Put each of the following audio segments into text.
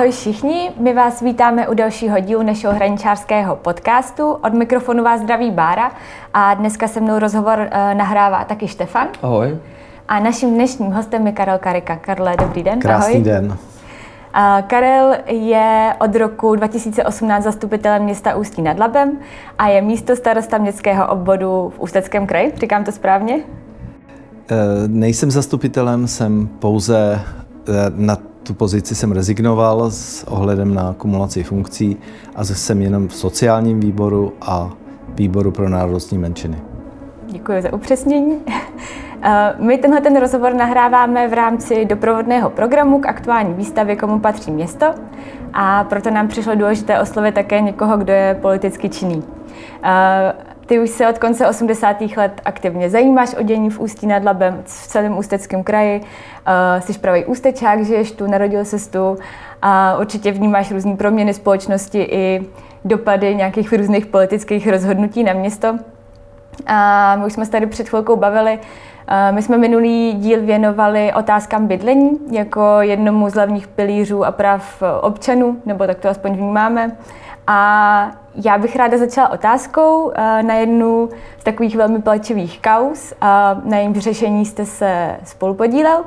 Ahoj všichni, my vás vítáme u dalšího dílu našeho hraničářského podcastu. Od mikrofonu vás zdraví Bára a dneska se mnou rozhovor nahrává taky Štefan. Ahoj. A naším dnešním hostem je Karel Karika. Karle, dobrý den. Krásný ahoj. Den. Karel je od roku 2018 zastupitelem města Ústí nad Labem a je místostarosta městského obvodu v Ústeckém kraji. Říkám to správně? Nejsem zastupitelem, jsem pouze na tu pozici jsem rezignoval s ohledem na kumulaci funkcí a jsem jenom v sociálním výboru a výboru pro národnostní menšiny. Děkuji za upřesnění. My ten rozhovor nahráváme v rámci doprovodného programu k aktuální výstavě Komu patří město a proto nám přišlo důležité oslovit také někoho, kdo je politicky činný. Ty už se od konce 80. let aktivně zajímáš o dění v Ústí nad Labem, v celém Ústeckém kraji. Jsi pravý Ústečák, žiješ tu, narodil ses tu a určitě vnímáš různé proměny společnosti i dopady nějakých různých politických rozhodnutí na město. A my už jsme se tady před chvilkou bavili. My jsme minulý díl věnovali otázkám bydlení jako jednomu z hlavních pilířů a práv občanů, nebo tak to aspoň vnímáme. A já bych ráda začala otázkou na jednu z takových velmi palčivých kauz. Na jejím řešení jsi se spolupodílel.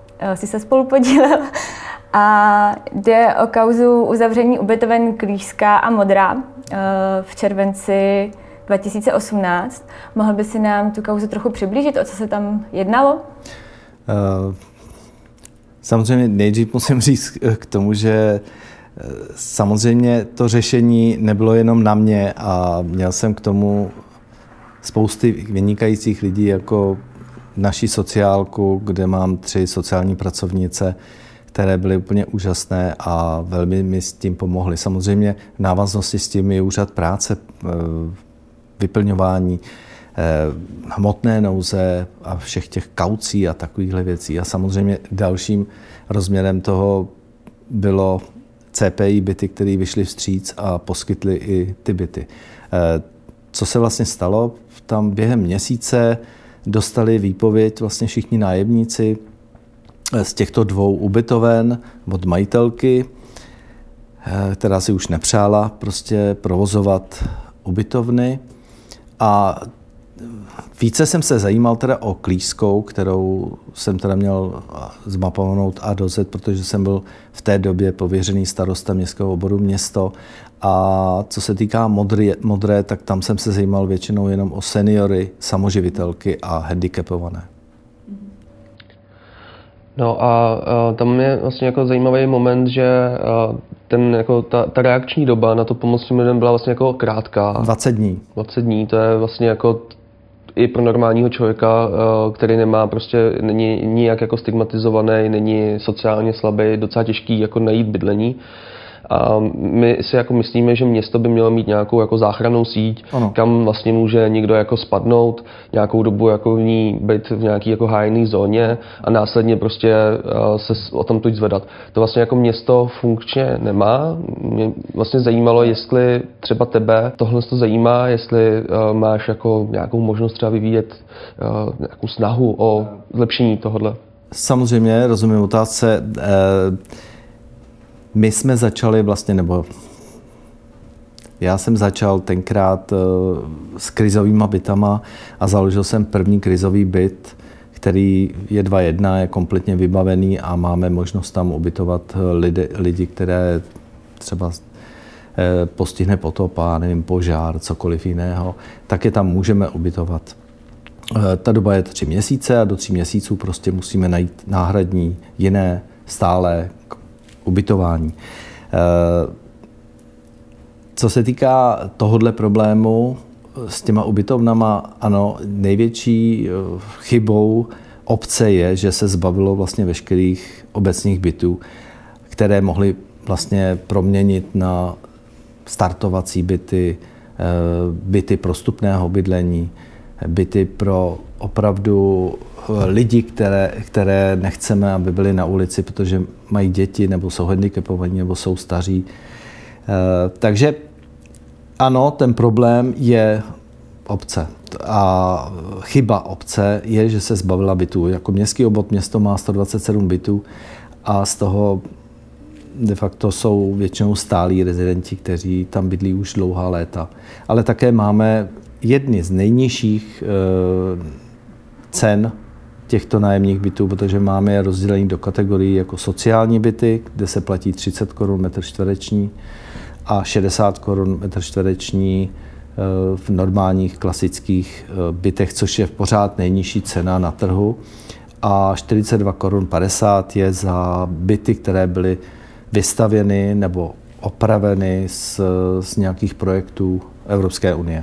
A jde o kauzu uzavření ubytoven Klížská a Modrá v červenci 2018. Mohl by si nám tu kauzu trochu přiblížit, o co se tam jednalo? Samozřejmě nejdřív musím říct k tomu, že samozřejmě to řešení nebylo jenom na mě a měl jsem k tomu spousty vynikajících lidí, jako naši sociálku, kde mám 3 sociální pracovnice, které byly úplně úžasné a velmi mi s tím pomohly. Samozřejmě v návaznosti s tím je úřad práce, vyplňování hmotné nouze a všech těch kaucí a takovýchhle věcí. A samozřejmě dalším rozměrem toho bylo CPI byty, které vyšly vstříc a poskytly i ty byty. Co se vlastně stalo? Tam během měsíce dostali výpověď vlastně všichni nájemníci z těchto 2 ubytoven od majitelky, která si už nepřála prostě provozovat ubytovny. A více jsem se zajímal teda o Klížskou, kterou jsem teda měl zmapovanou A do Z, protože jsem byl v té době pověřený starosta městského obvodu město. A co se týká Modré, tak tam jsem se zajímal většinou jenom o seniory, samoživitelky a handicapované. No a tam je vlastně jako zajímavý moment, že ta reakční doba na to pomocným lidem byla vlastně jako krátká. 20 dní. 20 dní, to je vlastně jako i pro normálního člověka, který nemá není nijak jako stigmatizovaný, není sociálně slabý, docela těžký jako najít bydlení. A my si jako myslíme, že město by mělo mít nějakou jako záchrannou síť, kam vlastně může někdo jako spadnout, nějakou dobu jako v ní být v nějaký jako hájný zóně a následně prostě se o tom tuď zvedat. To vlastně jako město funkčně nemá. Mě vlastně zajímalo, jestli třeba tebe tohle to zajímá, jestli máš jako nějakou možnost třeba vyvíjet nějakou snahu o zlepšení tohohle. Samozřejmě, rozumím otázce. My jsme začali vlastně, nebo já jsem začal tenkrát s krizovýma bytama a založil jsem první krizový byt, který je 2:1, je kompletně vybavený a máme možnost tam ubytovat lidi, které třeba postihne potopa, nevím, požár, cokoliv jiného, tak je tam můžeme ubytovat. Ta doba je 3 měsíce a do 3 měsíců prostě musíme najít náhradní, jiné, stálé ubytování. Co se týká tohohle problému s těma ubytovnama, ano, největší chybou obce je, že se zbavilo vlastně veškerých obecních bytů, které mohly vlastně proměnit na startovací byty, byty prostupného bydlení, byty pro opravdu lidi, které nechceme, aby byli na ulici, protože mají děti, nebo jsou handicapovaní, nebo jsou staří. Takže ano, ten problém je obce. A chyba obce je, že se zbavila bytů. Jako městský obvod město má 127 bytů a z toho de facto jsou většinou stálí rezidenti, kteří tam bydlí už dlouhá léta. Ale také máme jedny z nejnižších cen těchto nájemních bytů, protože máme je rozdělení do kategorií jako sociální byty, kde se platí 30 korun metr čtvereční a 60 korun metr čtvereční v normálních klasických bytech, což je pořád nejnižší cena na trhu. A 42 korun 50 je za byty, které byly vystavěny nebo opraveny z nějakých projektů Evropské unie.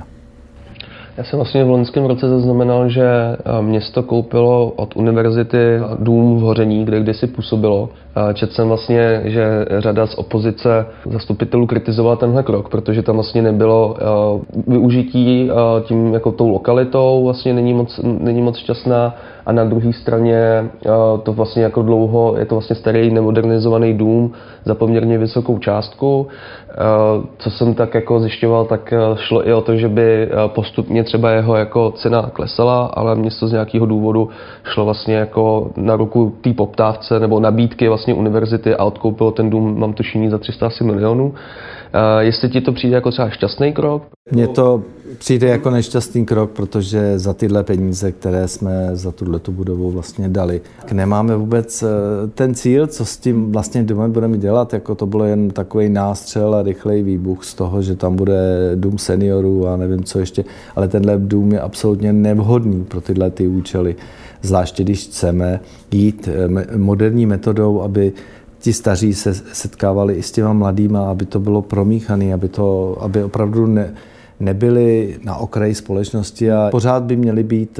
Já jsem vlastně v loňském roce zaznamenal, že město koupilo od univerzity dům v Hoření, kde kdysi působilo. Četl jsem vlastně, že řada z opozice zastupitelů kritizovala tenhle krok, protože tam vlastně nebylo využití tím jako tou lokalitou, vlastně není moc šťastná. A na druhé straně to vlastně jako dlouho, je to vlastně starý nemodernizovaný dům za poměrně vysokou částku. Co jsem tak jako zjišťoval, tak šlo i o to, že by postupně třeba jeho jako cena klesala, ale město z nějakého důvodu šlo vlastně jako na ruku té poptávce nebo nabídky vlastně univerzity a odkoupilo ten dům, mám tušení, za 300 asi milionů. Jestli ti to přijde jako třeba šťastný krok? Mně to přijde jako nešťastný krok, protože za tyhle peníze, které jsme za tuhletu budovu vlastně dali, nemáme vůbec ten cíl, co s tím vlastně domem budeme dělat, jako to bylo jen takový nástřel a rychlej výbuch z toho, že tam bude dům seniorů a nevím co ještě, ale tenhle dům je absolutně nevhodný pro tyhle ty účely, zvláště když chceme jít moderní metodou, aby ti staří se setkávali i s těma mladýma, aby to bylo promíchané, aby opravdu nebyli na okraji společnosti a pořád by měli být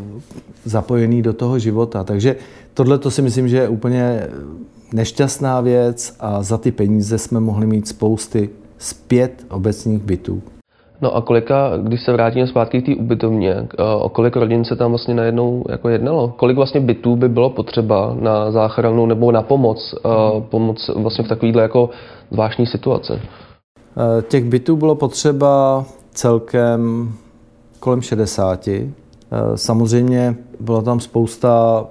zapojení do toho života. Takže tohle to si myslím, že je úplně nešťastná věc a za ty peníze jsme mohli mít spousty zpět obecních bytů. No a když se vrátíme zpátky k té ubytovně, o kolik rodin se tam vlastně najednou jako jednalo? Kolik vlastně bytů by bylo potřeba na záchranu nebo na pomoc vlastně v takovýhle jako zvláštní situaci? Těch bytů bylo potřeba celkem kolem 60. Samozřejmě byla tam spousta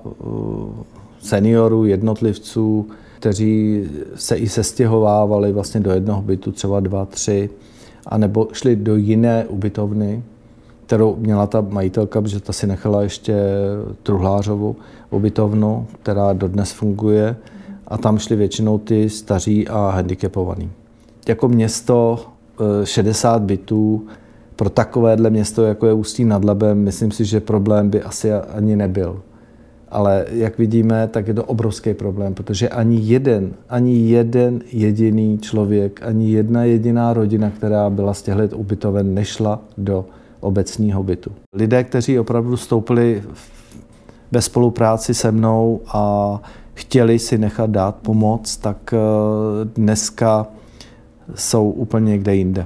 seniorů, jednotlivců, kteří se i sestěhovávali vlastně do jednoho bytu, třeba 2, 3, anebo šli do jiné ubytovny, kterou měla ta majitelka, protože ta si nechala ještě truhlářovu ubytovnu, která dodnes funguje, a tam šli většinou ty staří a handicapovaní. Jako město 60 bytů pro takovéhle město, jako je Ústí nad Labem, myslím si, že problém by asi ani nebyl. Ale jak vidíme, tak je to obrovský problém, protože ani jeden jediný člověk, ani jedna jediná rodina, která byla z těchto ubytoven, nešla do obecního bytu. Lidé, kteří opravdu vstoupili ve spolupráci se mnou a chtěli si nechat dát pomoc, tak dneska jsou úplně někde jinde.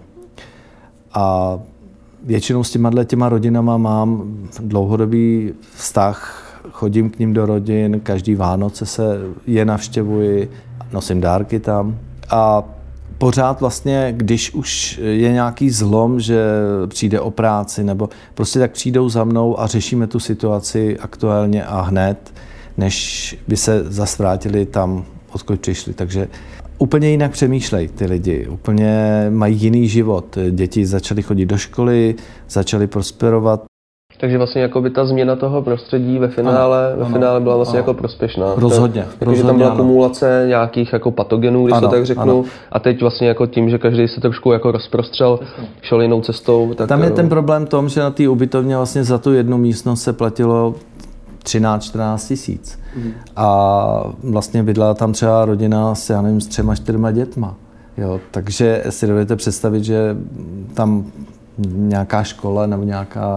A většinou s těma rodinama mám dlouhodobý vztah, chodím k ním do rodin, každý Vánoce se je navštěvuji, nosím dárky tam a pořád vlastně, když už je nějaký zlom, že přijde o práci nebo prostě tak přijdou za mnou a řešíme tu situaci aktuálně a hned, než by se zas vrátili tam, odkud přišli. Takže úplně jinak přemýšlejí ty lidi, úplně mají jiný život. Děti začaly chodit do školy, začaly prosperovat. Takže vlastně jako by ta změna toho prostředí ve finále byla vlastně jako prospěšná. Rozhodně. Takže tam byla kumulace nějakých jako patogenů, když to tak řeknu. Ano. A teď vlastně jako tím, že každý se trošku jako rozprostřel, šel jinou cestou. Tak tam je ten problém v tom, že na té ubytovně vlastně za tu jednu místnost se platilo 13-14 tisíc. A vlastně bydlela tam třeba rodina s 3-4 dětma. Jo, takže si dovedete představit, že tam nějaká škola nebo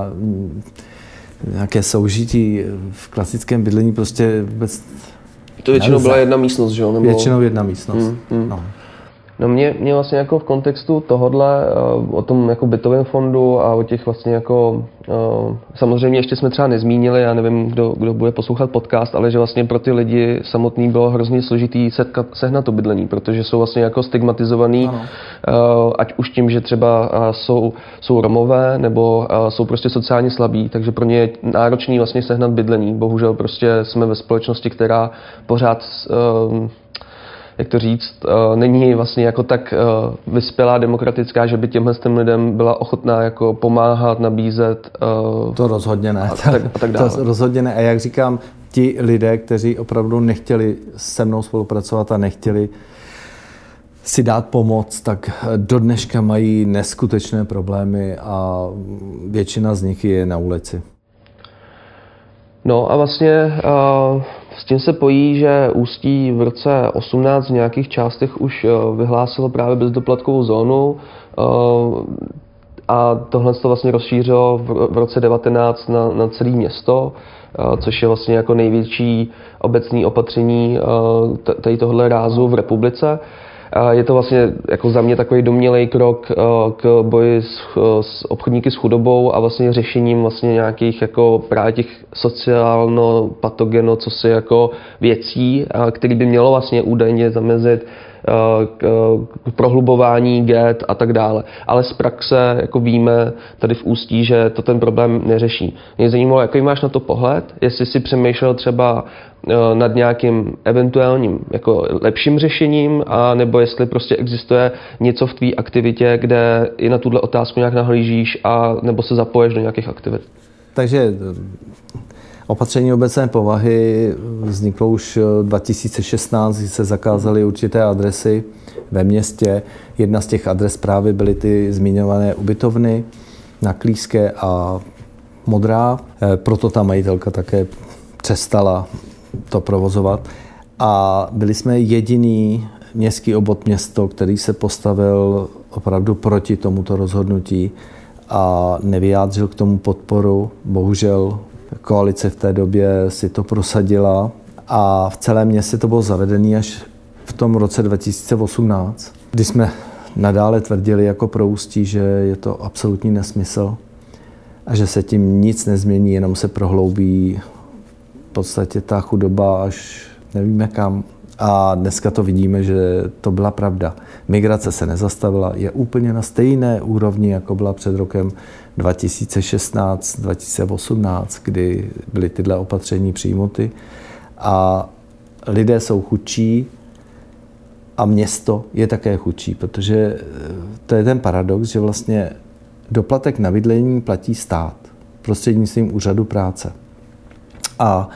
nějaké soužití v klasickém bydlení prostě vůbec to většinou byla jedna místnost, že jo? Nebo... Většinou jedna místnost. No mě vlastně jako v kontextu tohodle, o tom jako bytovém fondu a o těch vlastně jako, samozřejmě ještě jsme třeba nezmínili, já nevím, kdo bude poslouchat podcast, ale že vlastně pro ty lidi samotný bylo hrozně složitý sehnat to bydlení, protože jsou vlastně jako stigmatizovaný, ať už tím, že třeba jsou Romové, nebo jsou prostě sociálně slabí, takže pro ně je náročný vlastně sehnat bydlení. Bohužel prostě jsme ve společnosti, která pořád jak to říct, není vlastně jako tak vyspělá, demokratická, že by těmhle lidem byla ochotná jako pomáhat, nabízet. To rozhodně ne. A tak dále. To rozhodně ne. A jak říkám, ti lidé, kteří opravdu nechtěli se mnou spolupracovat a nechtěli si dát pomoc, tak do dneška mají neskutečné problémy a většina z nich je na ulici. No a vlastně s tím se pojí, že Ústí v roce 18 v nějakých částech už vyhlásilo právě bezdoplatkovou zónu a tohle se to vlastně rozšířilo v roce 19 na celé město, což je vlastně jako největší obecné opatření tady tohle rázu v republice. Je to vlastně jako za mě takový domnělej krok k boji s obchodníky s chudobou a vlastně řešením vlastně nějakých jako právě těch sociálno-patogeno, co si jako věcí, který by mělo vlastně údajně zamezit k prohlubování ghett a tak dále. Ale z praxe jako víme tady v Ústí, že to ten problém neřeší. Mě zajímalo, jaký máš na to pohled, jestli si přemýšlel třeba nad nějakým eventuálním jako lepším řešením, a nebo jestli prostě existuje něco v tvý aktivitě, kde i na tuhle otázku nějak nahlížíš a nebo se zapoješ do nějakých aktivit. Takže opatření obecné povahy vzniklo už 2016, kdy se zakázaly určité adresy ve městě. Jedna z těch adres právě byly ty zmiňované ubytovny na Klíské a Modrá. Proto ta majitelka také přestala to provozovat. A byli jsme jediný městský obvod město, který se postavil opravdu proti tomuto rozhodnutí a nevyjádřil k tomu podporu. Bohužel koalice v té době si to prosadila a v celém městě to bylo zavedené až v tom roce 2018, kdy jsme nadále tvrdili jako pro Ústí, že je to absolutní nesmysl a že se tím nic nezmění, jenom se prohloubí v podstatě ta chudoba až nevíme kam. A dneska to vidíme, že to byla pravda. Migrace se nezastavila, je úplně na stejné úrovni, jako byla před rokem 2016, 2018, kdy byly tyhle opatření přijímaty. A lidé jsou chudší a město je také chudší, protože to je ten paradox, že vlastně doplatek na bydlení platí stát prostřednictvím úřadu práce. A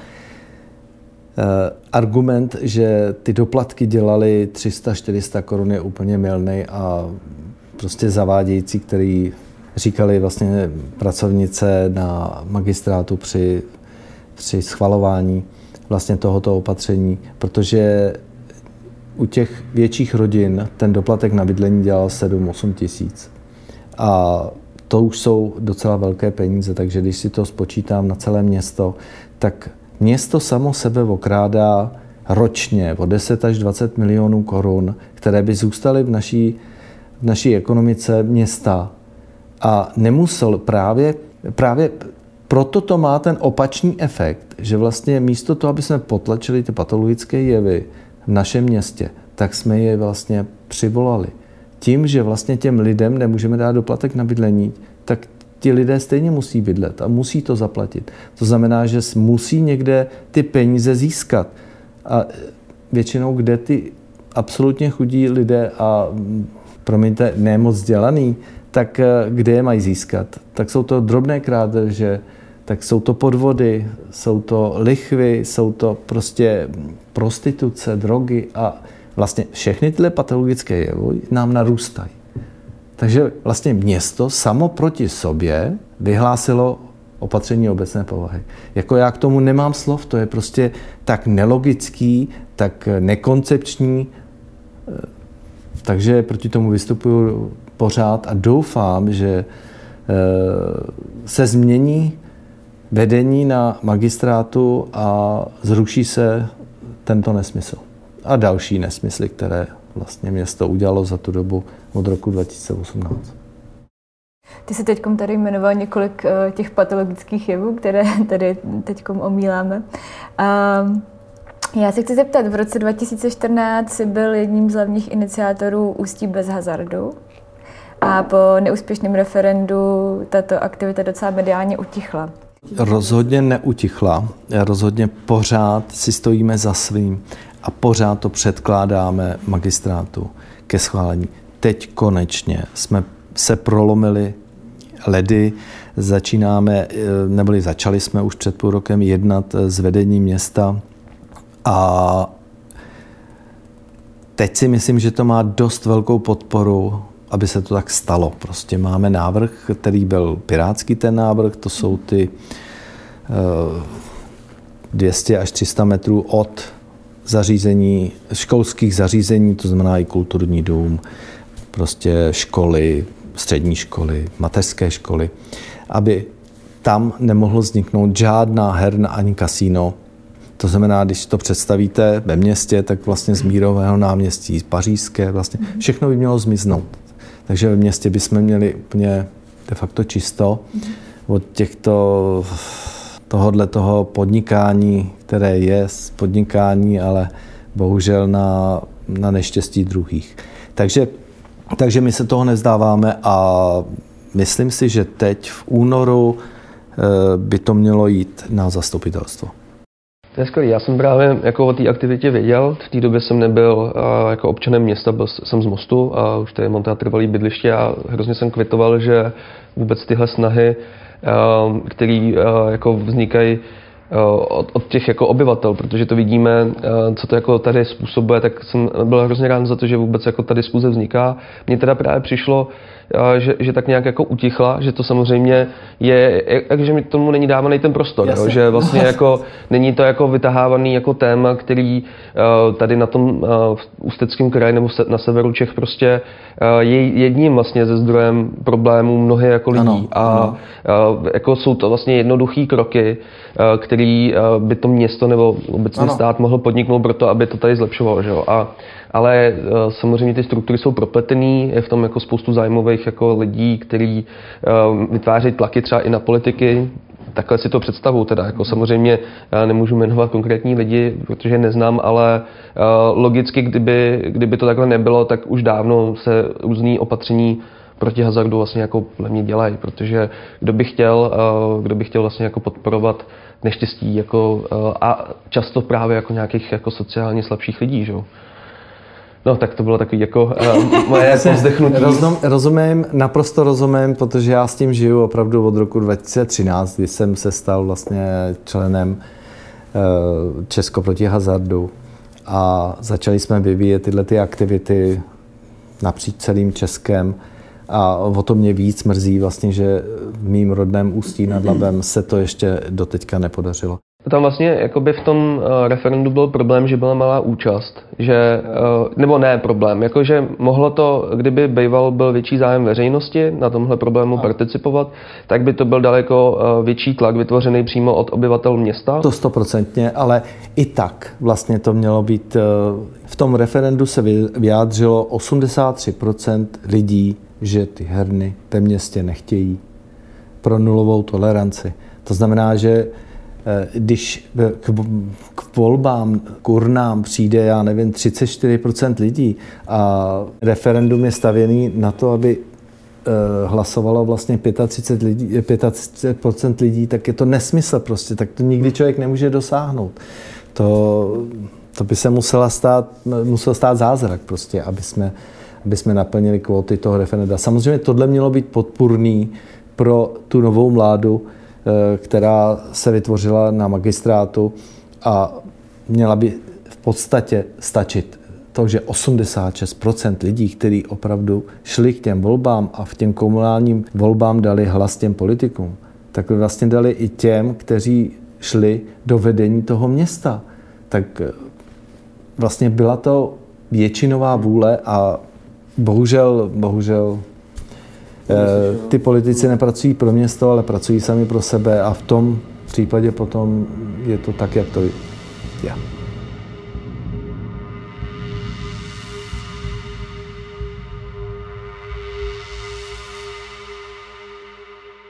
argument, že ty doplatky dělaly 300-400 korun je úplně mylný a prostě zavádějící, který říkali vlastně pracovnice na magistrátu při schvalování vlastně tohoto opatření, protože u těch větších rodin ten doplatek na bydlení dělal 7-8 tisíc. A to už jsou docela velké peníze, takže když si to spočítám na celé město, tak město samo sebe okrádá ročně o 10 až 20 milionů korun, které by zůstaly v naší ekonomice města. A nemusel právě proto to má ten opačný efekt, že vlastně místo toho, aby jsme potlačili ty patologické jevy v našem městě, tak jsme je vlastně přivolali. Tím, že vlastně těm lidem nemůžeme dát doplatek na bydlení, tak ti lidé stejně musí bydlet a musí to zaplatit. To znamená, že musí někde ty peníze získat. A většinou, kde ty absolutně chudí lidé a promiňte, nemoc vzdělaný, tak kde je mají získat? Tak jsou to drobné krádeže, tak jsou to podvody, jsou to lichvy, jsou to prostě prostituce, drogy a vlastně všechny tyhle patologické jevy nám narůstají. Takže vlastně město samo proti sobě vyhlásilo opatření obecné povahy. Jako já k tomu nemám slov, to je prostě tak nelogický, tak nekoncepční, takže proti tomu vystupuju pořád a doufám, že se změní vedení na magistrátu a zruší se tento nesmysl. A další nesmysly, které vlastně město udělalo za tu dobu od roku 2018. Ty jsi teď tady jmenoval několik těch patologických jevů, které tady teď omíláme. Já se chci zeptat, v roce 2014 jsi byl jedním z hlavních iniciátorů Ústí bez hazardu a po neúspěšném referendu tato aktivita docela mediálně utichla. Rozhodně neutichla, rozhodně pořád si stojíme za svým. a pořád to předkládáme magistrátu ke schválení. Teď konečně jsme se prolomili ledy, začali jsme už před půl rokem jednat s vedením města a teď si myslím, že to má dost velkou podporu, aby se to tak stalo. Prostě máme návrh, který byl pirátský ten návrh, to jsou ty 200 až 300 metrů od zařízení, školských zařízení, to znamená i kulturní dům, prostě školy, střední školy, mateřské školy, aby tam nemohlo vzniknout žádná herna ani kasíno. To znamená, když to představíte ve městě, tak vlastně z Mírového náměstí, z Pařížské, vlastně všechno by mělo zmiznout. Takže ve městě bychom měli úplně de facto čisto od tohoto podnikání, které je podnikání, ale bohužel na neštěstí druhých. Takže my se toho nezdáváme a myslím si, že teď v únoru by to mělo jít na zastupitelstvo. To je skvělý. Já jsem právě jako o té aktivitě věděl. V té době jsem nebyl jako občanem města, byl jsem z Mostu a už tady mám teda trvalý bydliště a hrozně jsem kvitoval, že vůbec tyhle snahy, které jako vznikají od těch jako obyvatel, protože to vidíme, co to jako tady způsobuje, tak jsem byl hrozně rád za to, že vůbec jako ta diskuze vzniká. Mně teda právě přišlo, že tak nějak jako utichla, že to samozřejmě je, že mi tomu není dávaný ten prostor, jo, že vlastně jako není to jako vytahávaný jako téma, který tady na tom Ústeckém kraji nebo na severu Čech prostě je jedním vlastně ze zdrojem problémů mnohé jako lidí. Ano. Jako jsou to vlastně jednoduchý kroky, který by to město nebo obecně stát mohl podniknout pro to, aby to tady zlepšovalo. Že jo? Ale samozřejmě ty struktury jsou propletený, je v tom jako spoustu zájmových jako lidí, kteří vytvářejí tlaky třeba i na politiky. Takhle si to představuju teda. Jako samozřejmě nemůžu jmenovat konkrétní lidi, protože je neznám, ale logicky, kdyby to takhle nebylo, tak už dávno se různý opatření proti hazardu vlastně jako hlavně dělají, protože kdo by chtěl vlastně jako podporovat neštěstí jako, a často právě jako nějakých jako sociálně slabších lidí, že? No, tak to bylo takový jako moje povzdechnutí. Naprosto rozumím, protože já s tím žiju opravdu od roku 2013, kdy jsem se stal vlastně členem Česko proti hazardu a začali jsme vyvíjet tyhle ty aktivity napříč celým Českem. A o to mě víc mrzí vlastně, že v mým rodném Ústí nad Labem se to ještě doteďka nepodařilo. Tam vlastně jakoby v tom referendu byl problém, že byla malá účast, že, nebo ne problém, jakože mohlo to, kdyby byl větší zájem veřejnosti na tomhle problému participovat, tak by to byl daleko větší tlak vytvořený přímo od obyvatel města. To 100%, ale i tak vlastně to mělo být, v tom referendu se vyjádřilo 83% lidí, že ty herny ve městě nechtějí pro nulovou toleranci. To znamená, že když k volbám, k urnám přijde, já nevím, 34% lidí a referendum je stavěný na to, aby hlasovalo vlastně 35% lidí, tak je to nesmysl prostě, tak to nikdy člověk nemůže dosáhnout. To by se musel stát zázrak prostě, aby jsme naplnili kvóty toho referenda. Samozřejmě tohle mělo být podpůrný pro tu novou vládu, která se vytvořila na magistrátu a měla by v podstatě stačit to, že 86% lidí, kteří opravdu šli k těm volbám a v těm komunálním volbám dali hlas těm politikům, tak vlastně dali i těm, kteří šli do vedení toho města. Tak vlastně byla to většinová vůle a bohužel ty politici nepracují pro město, ale pracují sami pro sebe a v tom případě potom je to tak, jak to je.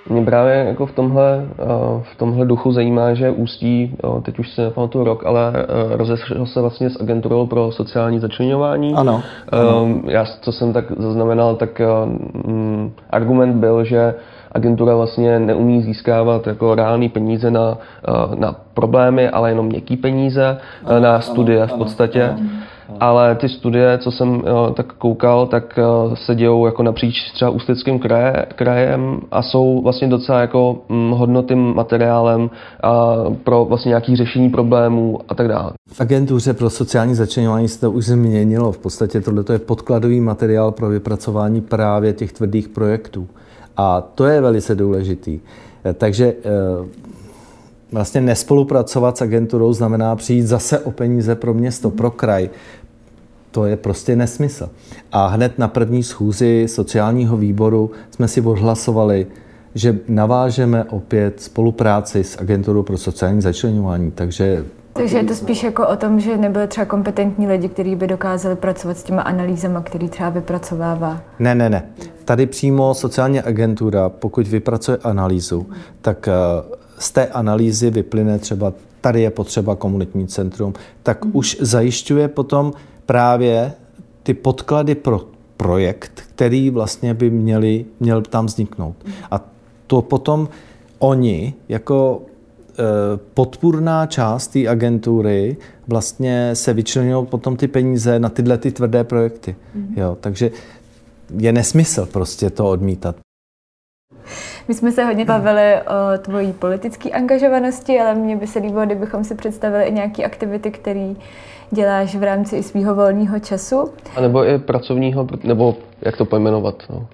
Mě právě jako v tomhle duchu zajímá, že Ústí, teď už se nepamatuju rok, ale rozešel se vlastně s agenturou pro sociální začleňování. Ano. Já, co jsem tak zaznamenal, tak argument byl, že agentura vlastně neumí získávat jako reální peníze na problémy, ale jenom měkký peníze, na studie v podstatě. Ano. Ale ty studie, co jsem tak koukal, tak se dějou jako napříč třeba Ústeckým krajem a jsou vlastně docela jako hodnotným materiálem pro vlastně nějaké řešení problémů a tak dále. V agentuře pro sociální začleňování se to už změnilo. V podstatě tohle je podkladový materiál pro vypracování právě těch tvrdých projektů. A to je velice důležitý. Takže vlastně nespolupracovat s agenturou znamená přijít zase o peníze pro město, pro kraj. To je prostě nesmysl. A hned na první schůzi sociálního výboru jsme si odhlasovali, že navážeme opět spolupráci s agenturou pro sociální začleňování. Takže je to spíš jako o tom, že nebyly třeba kompetentní lidi, kteří by dokázali pracovat s těma analýzama, který třeba vypracovává. Ne. Tady přímo sociální agentura, pokud vypracuje analýzu, tak z té analýzy vyplyne třeba, tady je potřeba komunitní centrum, tak už zajišťuje potom právě ty podklady pro projekt, který vlastně by měl tam vzniknout. A to potom oni jako podpůrná část té agentury vlastně se vyčleňují potom ty peníze na tyhle ty tvrdé projekty. Jo, takže je nesmysl prostě to odmítat. My jsme se hodně bavili o tvojí politické angažovanosti, ale mně by se líbilo, kdybychom si představili i nějaké aktivity, které děláš v rámci i svého volného času. A nebo i pracovního, nebo jak to pojmenovat? No.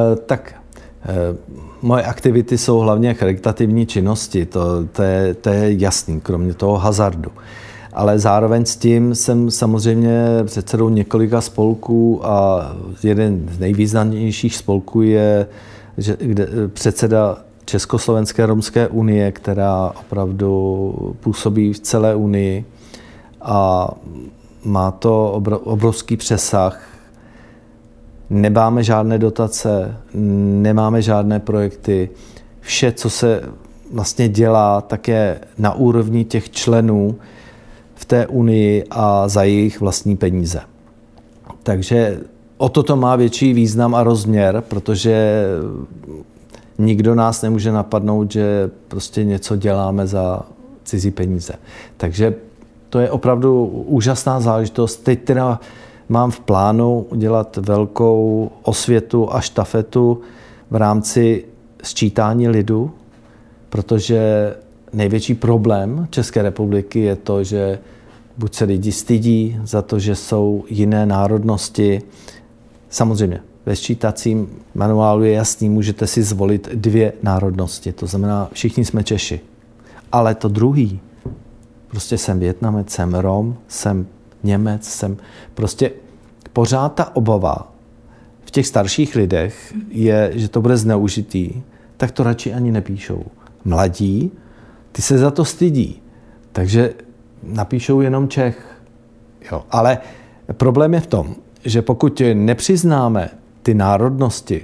Moje aktivity jsou hlavně charitativní činnosti, to je jasný, kromě toho hazardu. Ale zároveň s tím jsem samozřejmě předsedou několika spolků a jeden z nejvýznamnějších spolků je předseda Československé romské unie, která opravdu působí v celé unii a má to obrovský přesah. Nemáme žádné dotace, nemáme žádné projekty. Vše, co se vlastně dělá, tak je na úrovni těch členů v té unii a za jejich vlastní peníze. Takže o to má větší význam a rozměr, protože nikdo nás nemůže napadnout, že prostě něco děláme za cizí peníze. Takže to je opravdu úžasná záležitost. Teď teda mám v plánu udělat velkou osvětu a štafetu v rámci sčítání lidu, protože největší problém České republiky je to, že buď se lidi stydí za to, že jsou jiné národnosti. Samozřejmě ve sčítacím manuálu je jasný, můžete si zvolit 2 národnosti, to znamená, všichni jsme Češi. Ale to druhý, prostě jsem Vietnamec, jsem Rom, jsem Němec, jsem prostě pořád ta obava v těch starších lidech je, že to bude zneužitý, tak to radši ani nepíšou. Mladí, ty se za to stydí, takže napíšou jenom Čech. Jo. Ale problém je v tom, že pokud nepřiznáme ty národnosti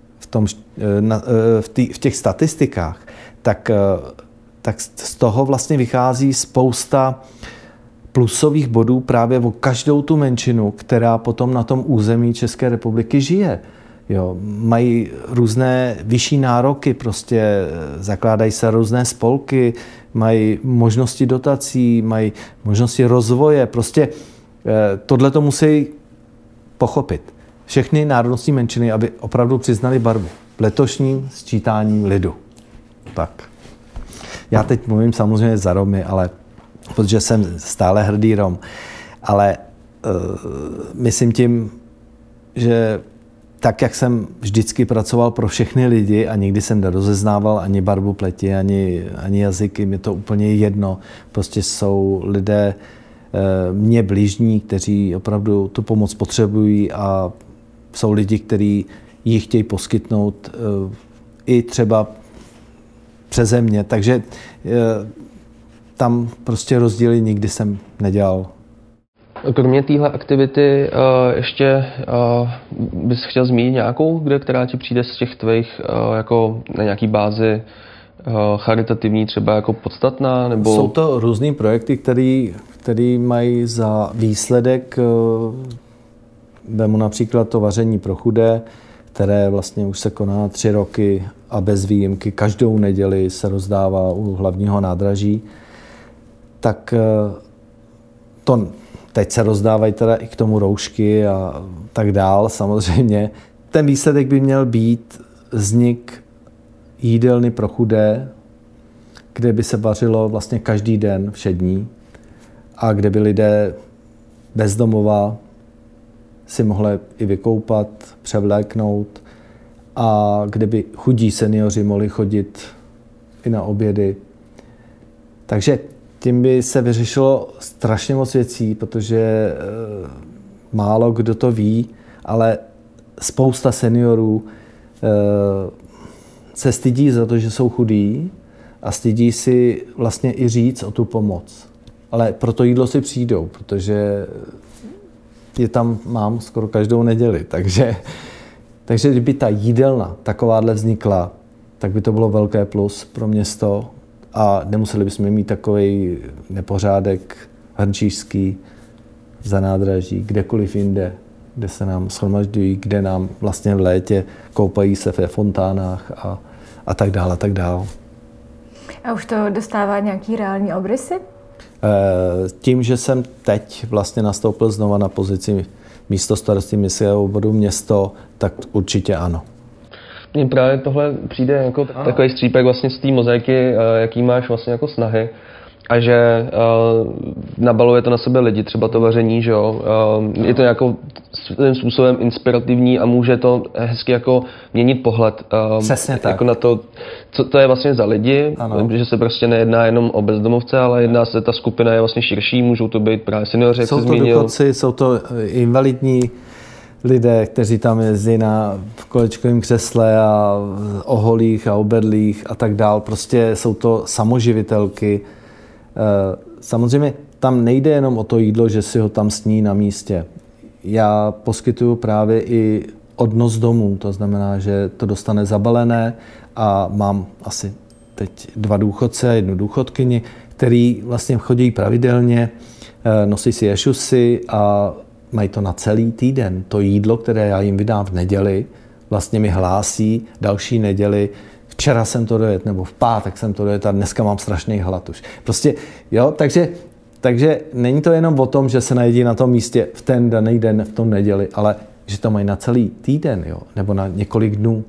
v těch statistikách, tak z toho vlastně vychází spousta plusových bodů právě o každou tu menšinu, která potom na tom území České republiky žije. Jo, mají různé vyšší nároky, prostě zakládají se různé spolky, mají možnosti dotací, mají možnosti rozvoje. Prostě tohle to musí pochopit. Všechny národnostní menšiny, aby opravdu přiznali barvu v letošním sčítání lidu. Tak. Já teď mluvím samozřejmě za Romy, ale protože jsem stále hrdý Rom. Ale myslím tím, že tak, jak jsem vždycky pracoval pro všechny lidi a nikdy jsem nerozeznával ani barvu pleti, ani jazyky, mi to úplně jedno. Prostě jsou lidé mě blížní, kteří opravdu tu pomoc potřebují a jsou lidi, kteří ji chtějí poskytnout i třeba přeze mě. Takže tam prostě rozdíly nikdy jsem nedělal. Kromě téhle aktivity ještě bys chtěl zmínit nějakou, která ti přijde z těch tvých jako na nějaký bázi charitativní třeba jako podstatná? Nebo... Jsou to různý projekty, které mají za výsledek, vemu například to vaření pro chudé, které vlastně už se koná 3 roky a bez výjimky každou neděli se rozdává u hlavního nádraží. Tak to teď se rozdávají teda i k tomu roušky a tak dál samozřejmě. Ten výsledek by měl být vznik jídelny pro chudé, kde by se vařilo vlastně každý den všední a kde by lidé bezdomová si mohli i vykoupat, převléknout a kde by chudí seniori mohli chodit i na obědy. Takže tím by se vyřešilo strašně moc věcí, protože málo kdo to ví, ale spousta seniorů se stydí za to, že jsou chudí a stydí si vlastně i říct o tu pomoc. Ale pro to jídlo si přijdou, protože je tam mám skoro každou neděli. Takže kdyby ta jídelna takováhle vznikla, tak by to bylo velké plus pro město a nemuseli bychom mít takový nepořádek hrnčířský za nádraží, kdekoliv jinde, kde se nám shromažďují, kde nám vlastně v létě koupají se ve fontánách a tak dále, a tak dále. A už to dostává nějaký reální obrysy? Tím, že jsem teď vlastně nastoupil znova na pozici místostarosty městského obvodu město, tak určitě ano. Mně právě tohle přijde jako takový střípek vlastně z té mozaiky, jaký máš vlastně jako snahy a že nabaluje to na sebe lidi, třeba to vaření, že jo. Je to nějakou svým způsobem inspirativní a může to hezky jako měnit pohled. Přesně tak. Jako na to, co to je vlastně za lidi, že se prostě nejedná jenom o bezdomovce, ale jedná se, ta skupina je vlastně širší, můžou to být právě seniori, jak jsi zmínil. Jsou to důchodci, jsou to invalidní lidé, kteří tam jezdí na kolečkovém křesle a oholích a obedlých a tak dál. Prostě jsou to samoživitelky. Samozřejmě tam nejde jenom o to jídlo, že si ho tam sní na místě. Já poskytuju právě i odnos domů, to znamená, že to dostane zabalené a mám asi teď 2 důchodce a 1 důchodkyni, který vlastně chodí pravidelně, nosí si ješusy a mají to na celý týden. To jídlo, které já jim vydám v neděli, vlastně mi hlásí další neděli. Včera jsem to dojet, nebo v pátek jsem to dojet a dneska mám strašný hlad už. Prostě, jo, takže není to jenom o tom, že se najedí na tom místě v ten daný den, v tom neděli, ale že to mají na celý týden, jo, nebo na několik dnů.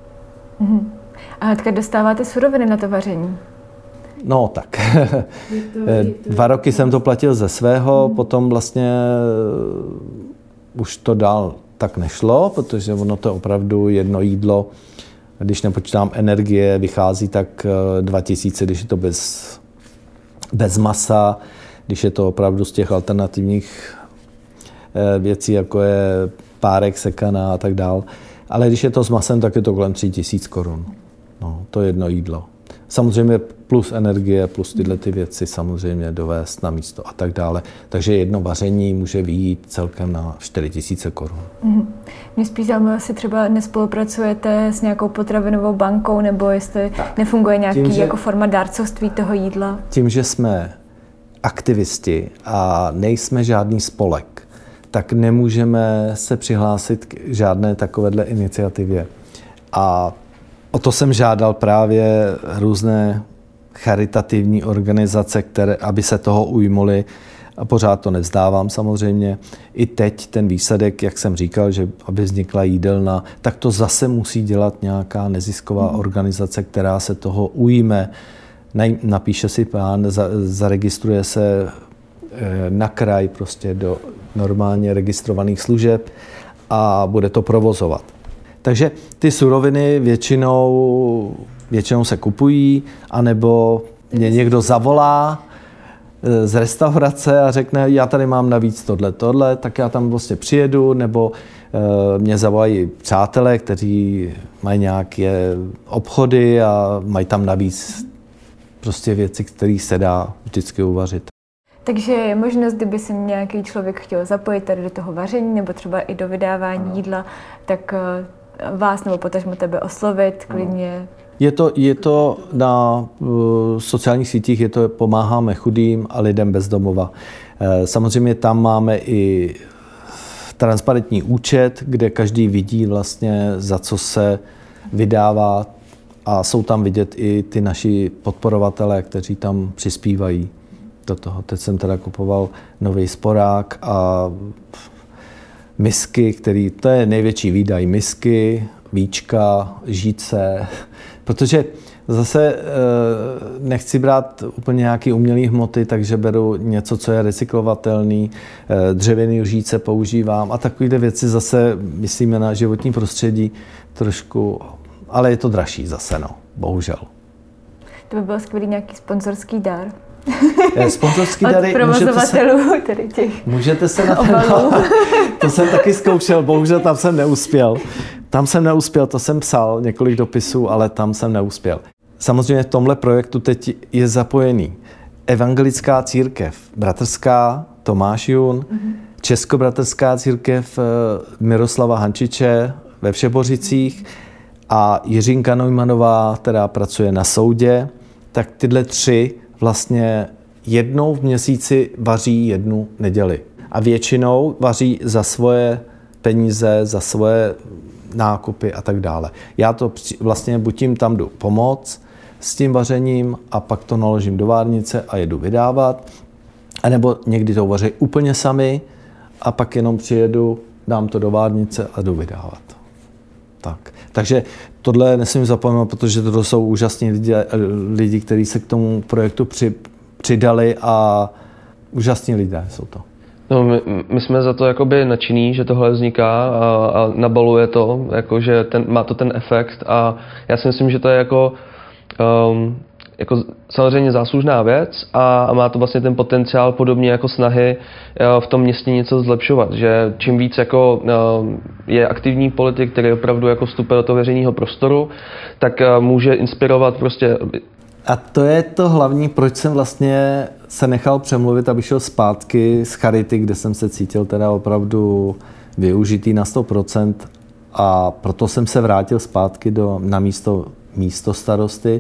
A hnedka dostáváte suroviny na to vaření? No tak, 2 roky jsem to platil ze svého, potom vlastně už to dál tak nešlo, protože ono to je opravdu jedno jídlo, když nepočítám energie, vychází tak 2000, když je to bez masa, když je to opravdu z těch alternativních věcí, jako je párek, sekaná a tak dál. Ale když je to s masem, tak je to kolem 3000 korun. No, to je jedno jídlo. Samozřejmě plus energie, plus tyhle ty věci samozřejmě dovést na místo a tak dále. Takže jedno vaření může vyjít celkem na 4000 korun. Mě spíš zajímá, jestli třeba nespolupracujete s nějakou potravinovou bankou, nebo jestli nefunguje nějaký jako forma dárcovství toho jídla. Tím, že jsme aktivisti a nejsme žádný spolek, tak nemůžeme se přihlásit k žádné takovéhle iniciativě. A o to jsem žádal právě různé charitativní organizace, aby se toho ujmuli. A pořád to nevzdávám samozřejmě. I teď ten výsledek, jak jsem říkal, že aby vznikla jídelna, tak to zase musí dělat nějaká nezisková organizace, která se toho ujme. Napíše si plán, zaregistruje se na kraj prostě do normálně registrovaných služeb a bude to provozovat. Takže ty suroviny většinou se kupují, anebo mě někdo zavolá z restaurace a řekne, já tady mám navíc tohle, tak já tam vlastně přijedu, nebo mě zavolají přátelé, kteří mají nějaké obchody a mají tam navíc prostě věci, které se dá vždycky uvařit. Takže je možnost, kdyby se nějaký člověk chtěl zapojit tady do toho vaření nebo třeba i do vydávání jídla, tak vás nebo potažmo tebe oslovit klidně. Je to na sociálních sítích, pomáháme chudým a lidem bez domova. Samozřejmě tam máme i transparentní účet, kde každý vidí vlastně, za co se vydává, a jsou tam vidět i ty naši podporovatelé, kteří tam přispívají do toho. Teď jsem teda kupoval nový sporák a misky, to je největší výdaj, misky, víčka, žíce, protože zase nechci brát úplně nějaký umělý hmoty, takže beru něco, co je recyklovatelný, dřevěný lžíce používám a takovéhle věci zase myslíme na životní prostředí trošku, ale je to dražší zase, bohužel. To by byl skvělý nějaký sponzorský dar. Sponzorský dary, od provozovatelů tedy těch můžete se na ten, to jsem taky zkoušel, bohužel tam jsem neuspěl, to jsem psal několik dopisů, ale tam jsem neuspěl. Samozřejmě v tomhle projektu teď je zapojený Evangelická církev bratrská Tomáš Jun, Českobratrská církev Miroslava Hančiče ve Všebořicích a Jiřinka Neumannová, která pracuje na soudě, tak tyhle tři vlastně jednou v měsíci vaří jednu neděli. A většinou vaří za svoje peníze, za svoje nákupy a tak dále. Já to vlastně buď jim tam jdu pomoct s tím vařením a pak to naložím do várnice a jedu vydávat, anebo někdy to vaří úplně sami a pak jenom přijedu, dám to do várnice a jdu vydávat. Tak. Takže tohle nesmím zapomenout, protože to jsou úžasní lidi, kteří se k tomu projektu přidali a úžasní lidé jsou to. No, my jsme za to jakoby nadšení, že tohle vzniká a nabaluje to, jakože má to ten efekt a já si myslím, že to je jako samozřejmě záslužná věc a má to vlastně ten potenciál podobně jako snahy v tom městě něco zlepšovat, že čím víc je aktivní politik, který opravdu vstupuje do toho veřejného prostoru, tak může inspirovat prostě. A to je to hlavní, proč jsem vlastně se nechal přemluvit, aby šel zpátky z Charity, kde jsem se cítil teda opravdu využitý na 100% a proto jsem se vrátil zpátky na místo starosty.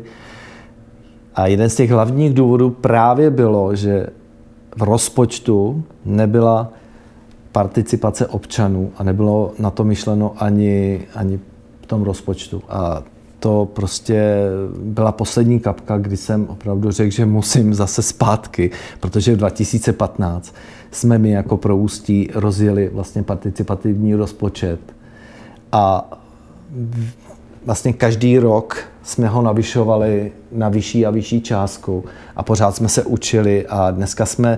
A jeden z těch hlavních důvodů právě bylo, že v rozpočtu nebyla participace občanů a nebylo na to myšleno ani v tom rozpočtu. A to prostě byla poslední kapka, kdy jsem opravdu řekl, že musím zase zpátky, protože v 2015 jsme my jako pro Ústí rozjeli vlastně participativní rozpočet a vlastně každý rok jsme ho navyšovali na vyšší a vyšší částku a pořád jsme se učili a dneska jsme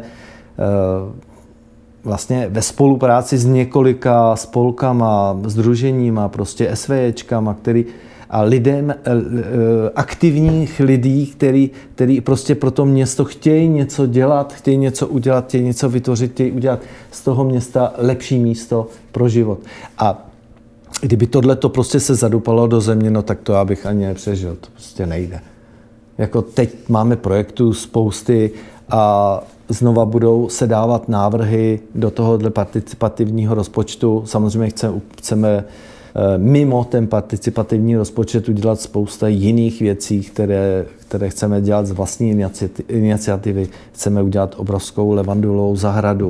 vlastně ve spolupráci s několika spolkama, sdruženíma, prostě SVJčkama, a lidem, aktivních lidí, který prostě pro to město chtějí něco dělat, chtějí něco udělat, chtějí něco vytvořit, chtějí udělat z toho města lepší místo pro život. A kdyby tohleto prostě se zadupalo do země, no tak to já bych ani nepřežil, to prostě nejde. Jako teď máme projektů spousty a znova budou se dávat návrhy do tohohle participativního rozpočtu. Samozřejmě chceme mimo ten participativní rozpočet udělat spousta jiných věcí, které chceme dělat z vlastní iniciativy. Chceme udělat obrovskou levandulovou zahradu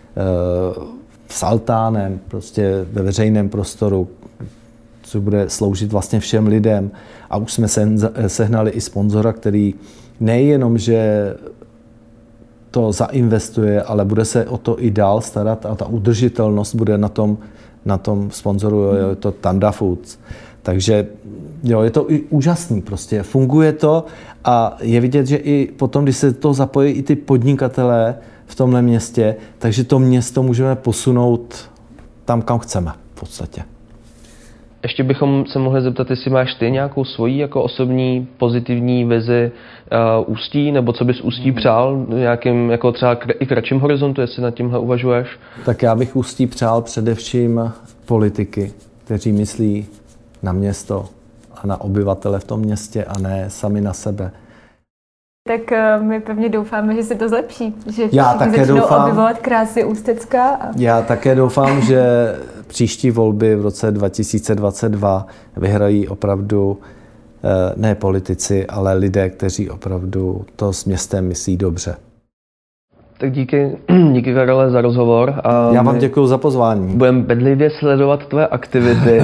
s altánem, prostě ve veřejném prostoru, co bude sloužit vlastně všem lidem. A už jsme sehnali i sponzora, který nejenom, že to zainvestuje, ale bude se o to i dál starat a ta udržitelnost bude na tom sponzoru, je to Tanda Foods. Takže jo, je to i úžasný prostě, funguje to a je vidět, že i potom, když se to zapojí i ty podnikatelé v tomhle městě, takže to město můžeme posunout tam, kam chceme v podstatě. Ještě bychom se mohli zeptat, jestli máš ty nějakou svoji jako osobní pozitivní vizi Ústí, nebo co bys Ústí přál nějakým jako třeba i kratším horizontu, jestli nad tímhle uvažuješ? Tak já bych Ústí přál především politiky, kteří myslí na město a na obyvatele v tom městě a ne sami na sebe. tak my pevně doufáme, že se to zlepší. Že Já také doufám, objevovat krásy Ústecka. Já také doufám, že příští volby v roce 2022 vyhrají opravdu ne politici, ale lidé, kteří opravdu to s městem myslí dobře. Tak díky Karole za rozhovor. A já vám děkuji za pozvání. Budeme bedlivě sledovat tvoje aktivity.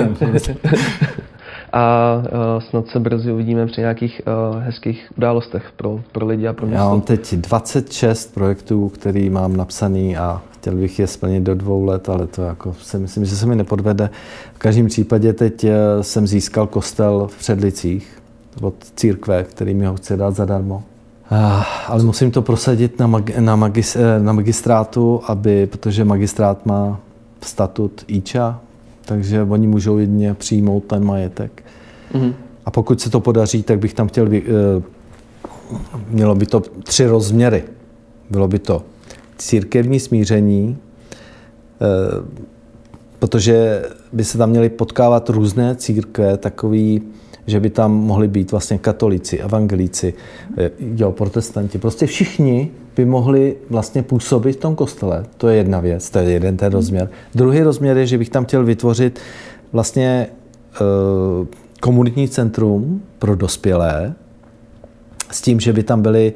A snad se brzy uvidíme při nějakých hezkých událostech pro lidi a pro město. Já mám teď 26 projektů, který mám napsaný a chtěl bych je splnit do 2 let, ale to jako si myslím, že se mi nepodvede. V každém případě teď jsem získal kostel v Předlicích od církve, který mi ho chce dát zadarmo. Ale musím to prosadit na magistrátu, protože magistrát má statut IČA, takže oni můžou jedině přijmout ten majetek. Mm-hmm. A pokud se to podaří, tak bych tam chtěl, mělo by to 3 rozměry. Bylo by to církevní smíření, protože by se tam měly potkávat různé církve, takový, že by tam mohli být vlastně katolíci, evangelíci, protestanti. Prostě všichni by mohli vlastně působit v tom kostele. To je jedna věc, to je jeden ten rozměr. Druhý rozměr je, že bych tam chtěl vytvořit vlastně komunitní centrum pro dospělé s tím, že by tam byly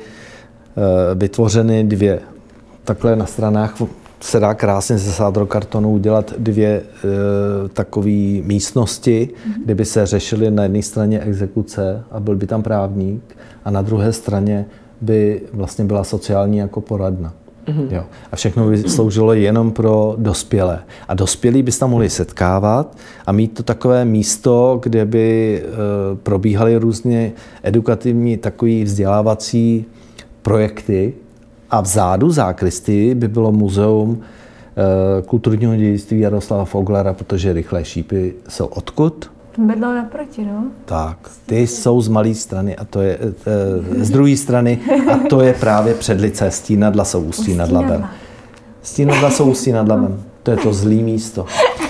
vytvořeny 2, takhle na stranách se dá krásně ze sádrokartonu udělat 2 takové místnosti, kde by se řešily na jedné straně exekuce a byl by tam právník a na druhé straně by vlastně byla sociální jako poradna. Mm-hmm. Jo. A všechno by sloužilo jenom pro dospělé. A dospělí by se tam mohli setkávat a mít to takové místo, kde by probíhaly různě edukativní takový vzdělávací projekty. A vzadu zákristy by bylo muzeum kulturního dědictví Jaroslava Foglera, protože Rychlé šípy jsou odkud? Bydlo naproti, no. Tak, ty jsou z malé strany a to je z druhé strany a to je právě Předlice. Stínadla jsou Ústí nad Labem. Stínadla jsou Ústí nad Labem. To je to zlý místo.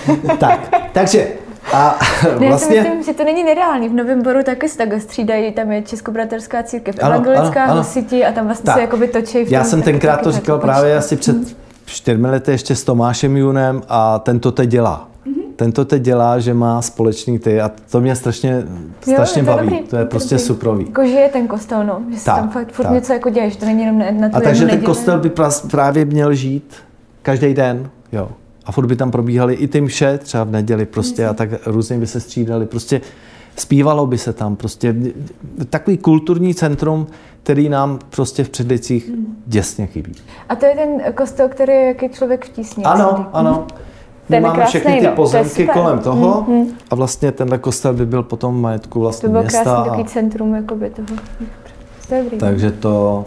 takže a vlastně... Já si myslím, že to není nereálný. V Novém Boru taky se tak střídají, tam je Českobraterská církev, evangelická, Husiti a tam vlastně se jakoby točí. Já jsem tenkrát to říkal právě asi před 4 lety ještě s Tomášem Junem a ten to teď dělá. Ten to teď dělá, že má společný ty a to mě strašně baví. Dobrý, to je prostě suprový. Jako žije ten kostel, no. Že si tam furt něco jako děláš, to není jenom na tu a takže ten kostel by právě měl žít každý den, jo. A furt by tam probíhaly i ty mše, třeba v neděli prostě a tak různě by se střídali. Prostě zpívalo by se tam prostě takový kulturní centrum, který nám prostě v Předlicích děsně chybí. A to je ten kostel, který je jaký člověk v tísni. Ano. My máme všechny ty pozemky kolem toho a vlastně tenhle kostel by byl potom v majetku vlastně města. To bylo krásný takový centrum jakoby toho. Takže to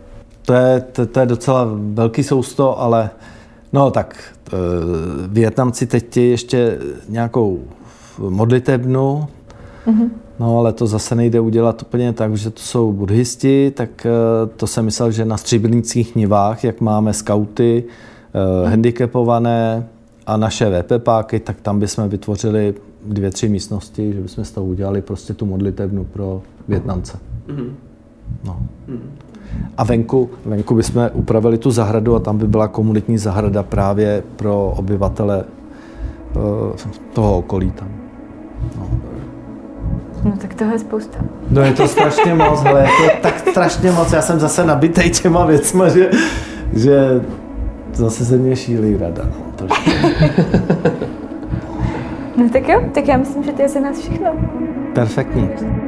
je docela velký sousto, ale no tak Vietnamci teď chtějí ještě nějakou modlitebnu, no ale to zase nejde udělat úplně tak, že to jsou buddhisti, tak to jsem myslel, že na Stříbrnických nivách, jak máme skauty, handicapované a naše VPPáky, tak tam bychom vytvořili 2-3 místnosti, že bychom z toho udělali prostě tu modlitebnu pro Vietnamce. No. A venku bychom upravili tu zahradu a tam by byla komunitní zahrada právě pro obyvatele toho okolí tam. No tak toho je spousta. No je to strašně moc, hele, je to tak strašně moc, já jsem zase nabitej těma věcma, že zase se mě šílí rada. No, no tak jo, tak já myslím, že to je za nás všechno. Perfektní.